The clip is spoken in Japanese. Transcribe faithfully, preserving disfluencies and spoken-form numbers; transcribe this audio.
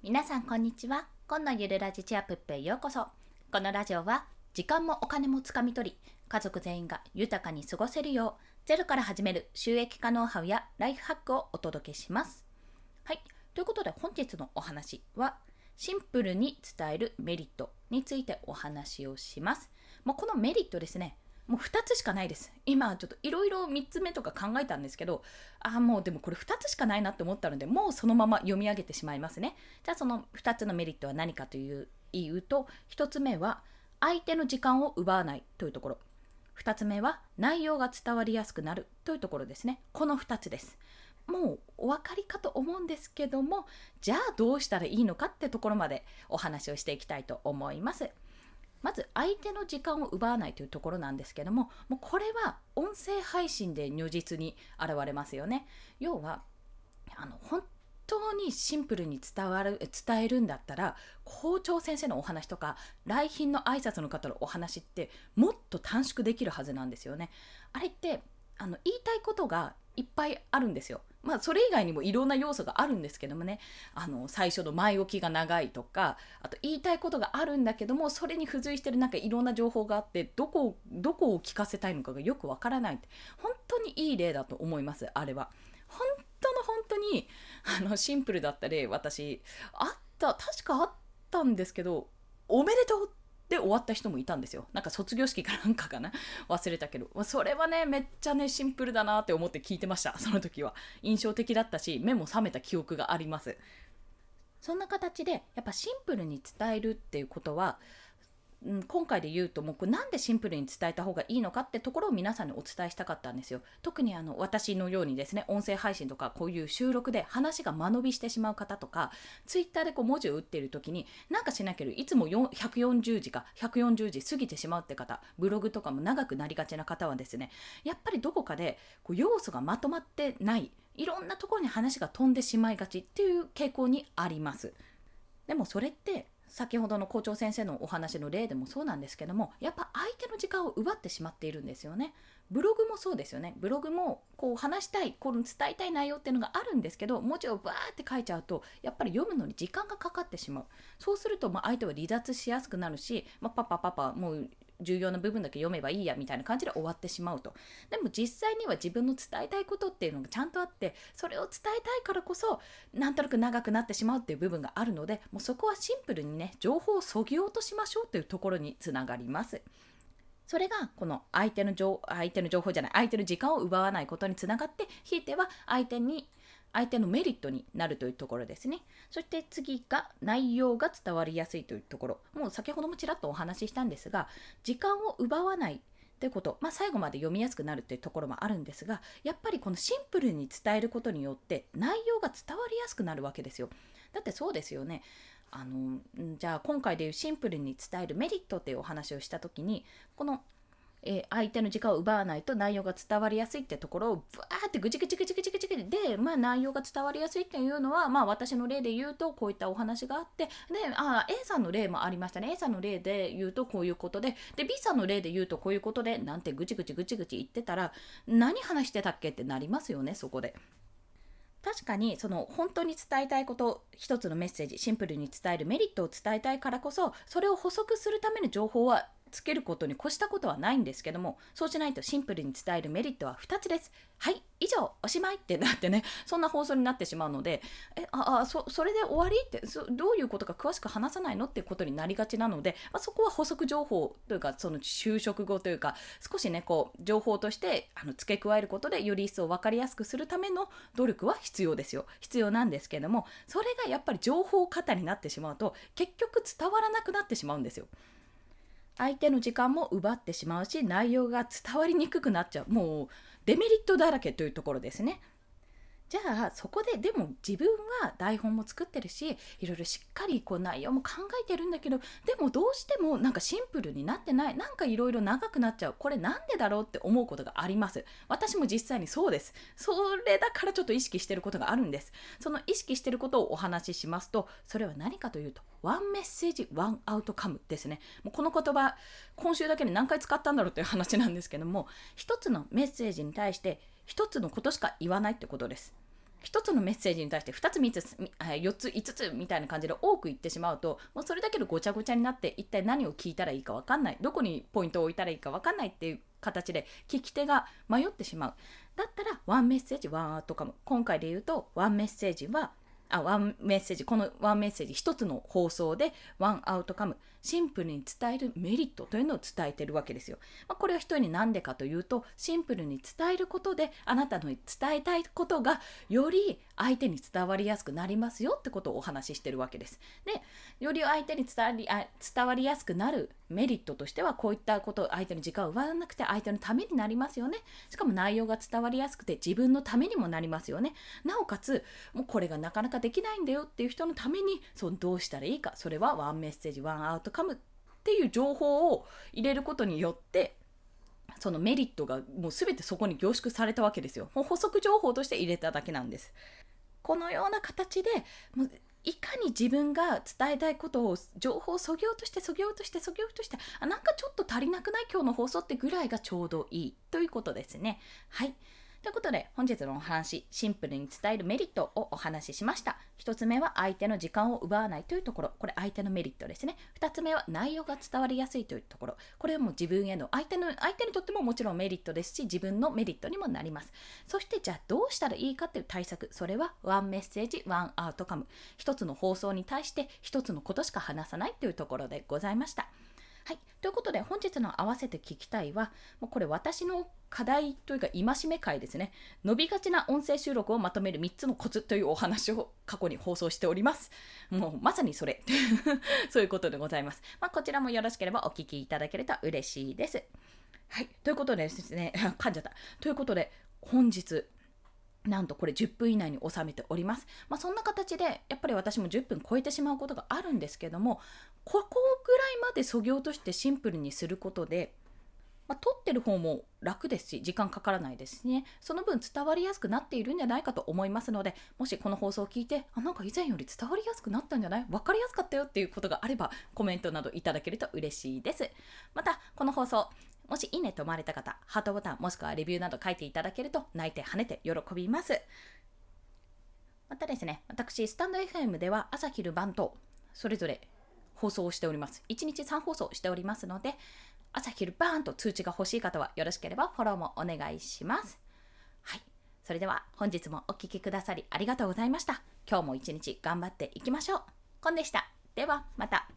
皆さんこんにちは。今のゆるラジチアップへようこそ。このラジオは時間もお金もつかみ取り、家族全員が豊かに過ごせるようゼロから始める収益化ノウハウやライフハックをお届けします。はい、ということで本日のお話はシンプルに伝えるメリットについてお話をします。もうこのメリットですね、もうふたつしかないです。今ちょっといろいろみっつめとか考えたんですけど、ああもうでもこれふたつしかないなって思ったので、もうそのまま読み上げてしまいますね。じゃあそのふたつのメリットは何かという言うと、ひとつめは相手の時間を奪わないというところ、ふたつめは内容が伝わりやすくなるというところですね。このふたつです。もうお分かりかと思うんですけども、じゃあどうしたらいいのかってところまでお話をしていきたいと思います。まず相手の時間を奪わないというところなんですけども、もうこれは音声配信で如実に現れますよね。要はあの本当にシンプルに伝わる伝えるんだったら、校長先生のお話とか来賓の挨拶の方のお話ってもっと短縮できるはずなんですよね。あれってあの言いたいことがいっぱいあるんですよ。まあそれ以外にもいろんな要素があるんですけどもね、あの最初の前置きが長いとか、あと言いたいことがあるんだけどもそれに付随してるなんかいろんな情報があって、どこをどこを聞かせたいのかがよくわからないって、本当にいい例だと思います。あれは本当の本当にあのシンプルだった例、私あった確かあったんですけど、おめでとうで終わった人もいたんですよ。なんか卒業式かなんかかな、忘れたけど、それはねめっちゃねシンプルだなって思って聞いてました。その時は印象的だったし、目も覚めた記憶があります。そんな形でやっぱシンプルに伝えるっていうことは、うん、今回で言うと、もうこれなんでシンプルに伝えた方がいいのかってところを皆さんにお伝えしたかったんですよ。特にあの私のようにですね、音声配信とかこういう収録で話が間延びしてしまう方とか、ツイッターでこう文字を打っている時になんかしなければいつもひゃくよんじゅうじかひゃくよんじゅうじ過ぎてしまうって方、ブログとかも長くなりがちな方はですね、やっぱりどこかでこう要素がまとまってない、いろんなところに話が飛んでしまいがちっていう傾向にあります。でもそれって先ほどの校長先生のお話の例でもそうなんですけども、やっぱ相手の時間を奪ってしまっているんですよね。ブログもそうですよね。ブログもこう話したい、この伝えたい内容っていうのがあるんですけど、文字をバーって書いちゃうとやっぱり読むのに時間がかかってしまう。そうするとまあ相手は離脱しやすくなるし、まあ、パパパパもう重要な部分だけ読めばいいやみたいな感じで終わってしまうと。でも実際には自分の伝えたいことっていうのがちゃんとあって、それを伝えたいからこそなんとなく長くなってしまうっていう部分があるので、もうそこはシンプルにね情報をそぎ落としましょうというところにつながります。それがこの相手の情相手の情報じゃない相手の時間を奪わないことにつながって、ひいては相手に相手のメリットになるというところですね。そして次が内容が伝わりやすいというところ、もう先ほどもちらっとお話ししたんですが、時間を奪わないということ、まあ、最後まで読みやすくなるというところもあるんですが、やっぱりこのシンプルに伝えることによって内容が伝わりやすくなるわけですよ。だってそうですよね。あのじゃあ今回でいうシンプルに伝えるメリットっていうお話をした時に、このえー相手の時間を奪わないと内容が伝わりやすいってところをブワーってぐちぐちぐちぐちぐちぐちで、まあ、内容が伝わりやすいっていうのは、まあ、私の例で言うとこういったお話があって、であ A さんの例もありましたね。 A さんの例で言うとこういうことで、で B さんの例で言うとこういうことでなんてぐちぐちぐちぐち言ってたら、何話してたっけってなりますよね。そこで確かにその本当に伝えたいこと、一つのメッセージシンプルに伝えるメリットを伝えたいからこそ、それを補足するための情報はつけることに越したことはないんですけども、そうしないとシンプルに伝えるメリットはふたつです。はい以上おしまいってなってね、そんな放送になってしまうので、えああ そ, それで終わりってそどういうことか詳しく話さないのってことになりがちなので、まあ、そこは補足情報というか、その就職後というか少しねこう情報としてあの付け加えることでより一層分かりやすくするための努力は必要ですよ。必要なんですけども、それがやっぱり情報過多になってしまうと結局伝わらなくなってしまうんですよ。相手の時間も奪ってしまうし、内容が伝わりにくくなっちゃう、もうデメリットだらけというところですね。じゃあそこででも自分は台本も作ってるし、いろいろしっかりこう内容も考えてるんだけど、でもどうしてもなんかシンプルになってない、なんかいろいろ長くなっちゃう、これなんでだろうって思うことがあります。私も実際にそうです。それだからちょっと意識してることがあるんです。その意識してることをお話ししますと、それは何かというとワンメッセージワンアウトカムですね。もうこの言葉今週だけで何回使ったんだろうという話なんですけども、一つのメッセージに対して一つのことしか言わないってことです。 ひとつのメッセージに対してふたつみっつよっついつつみたいな感じで多く言ってしまうと、もうそれだけでごちゃごちゃになって、一体何を聞いたらいいか分かんない、どこにポイントを置いたらいいか分かんないっていう形で聞き手が迷ってしまう。だったらワンメッセージワンアウトカム、今回で言うとワンメッセージはあワンメッセージこのワンメッセージ一つの放送でワンアウトカム、シンプルに伝えるメリットというのを伝えているわけですよ。まあ、これは一人に何でかというと、シンプルに伝えることであなたの伝えたいことがより相手に伝わりやすくなりますよってことをお話ししているわけです。で、より相手に伝わり、あ伝わりやすくなるメリットとしては、こういったことを相手に時間を奪わなくて相手のためになりますよね。しかも内容が伝わりやすくて自分のためにもなりますよね。なおかつ、もうこれがなかなかできないんだよっていう人のために、そうどうしたらいいか、それはワンメッセージワンアウトカムっていう情報を入れることによって、そのメリットがもう全てそこに凝縮されたわけですよ。もう補足情報として入れただけなんです。このような形でもういかに自分が伝えたいことを情報をそぎ落としてそぎ落としてそぎ落として、あなんかちょっと足りなくない今日の放送ってぐらいがちょうどいいということですね。はい、ということで本日のお話、シンプルに伝えるメリットをお話ししました。一つ目は相手の時間を奪わないというところ、これ相手のメリットですね。二つ目は内容が伝わりやすいというところ、これはもう自分への相手の相手にとってももちろんメリットですし、自分のメリットにもなります。そしてじゃあどうしたらいいかという対策、それはワンメッセージワンアウトカム、一つの放送に対して一つのことしか話さないというところでございました。はい、ということで本日の合わせて聞きたいは、もうこれ私の課題というか戒め会ですね。伸びがちな音声収録をまとめるみっつのコツというお話を過去に放送しております。もうまさにそれそういうことでございます。まあ、こちらもよろしければお聞きいただけると嬉しいです。はい、ということでですね噛んじゃったということで本日なんとこれじゅっぷん以内に収めております。まあ、そんな形でやっぱり私もじゅっぷん超えてしまうことがあるんですけども、ここぐらいまで削ぎ落としてシンプルにすることで、まあ、撮ってる方も楽ですし時間かからないですね。その分伝わりやすくなっているんじゃないかと思いますので、もしこの放送を聞いてあなんか以前より伝わりやすくなったんじゃない、分かりやすかったよっていうことがあればコメントなどいただけると嬉しいです。またこの放送もしいいねと思われた方、ハートボタンもしくはレビューなど書いていただけると泣いて跳ねて喜びます。またですね、私スタンド エフエム では朝昼晩とそれぞれ放送をしております。いちにちさん放送しておりますので、朝昼晩と通知が欲しい方はよろしければフォローもお願いします。はい、それでは本日もお聞きくださりありがとうございました。今日も一日頑張っていきましょう。コンでした。ではまた。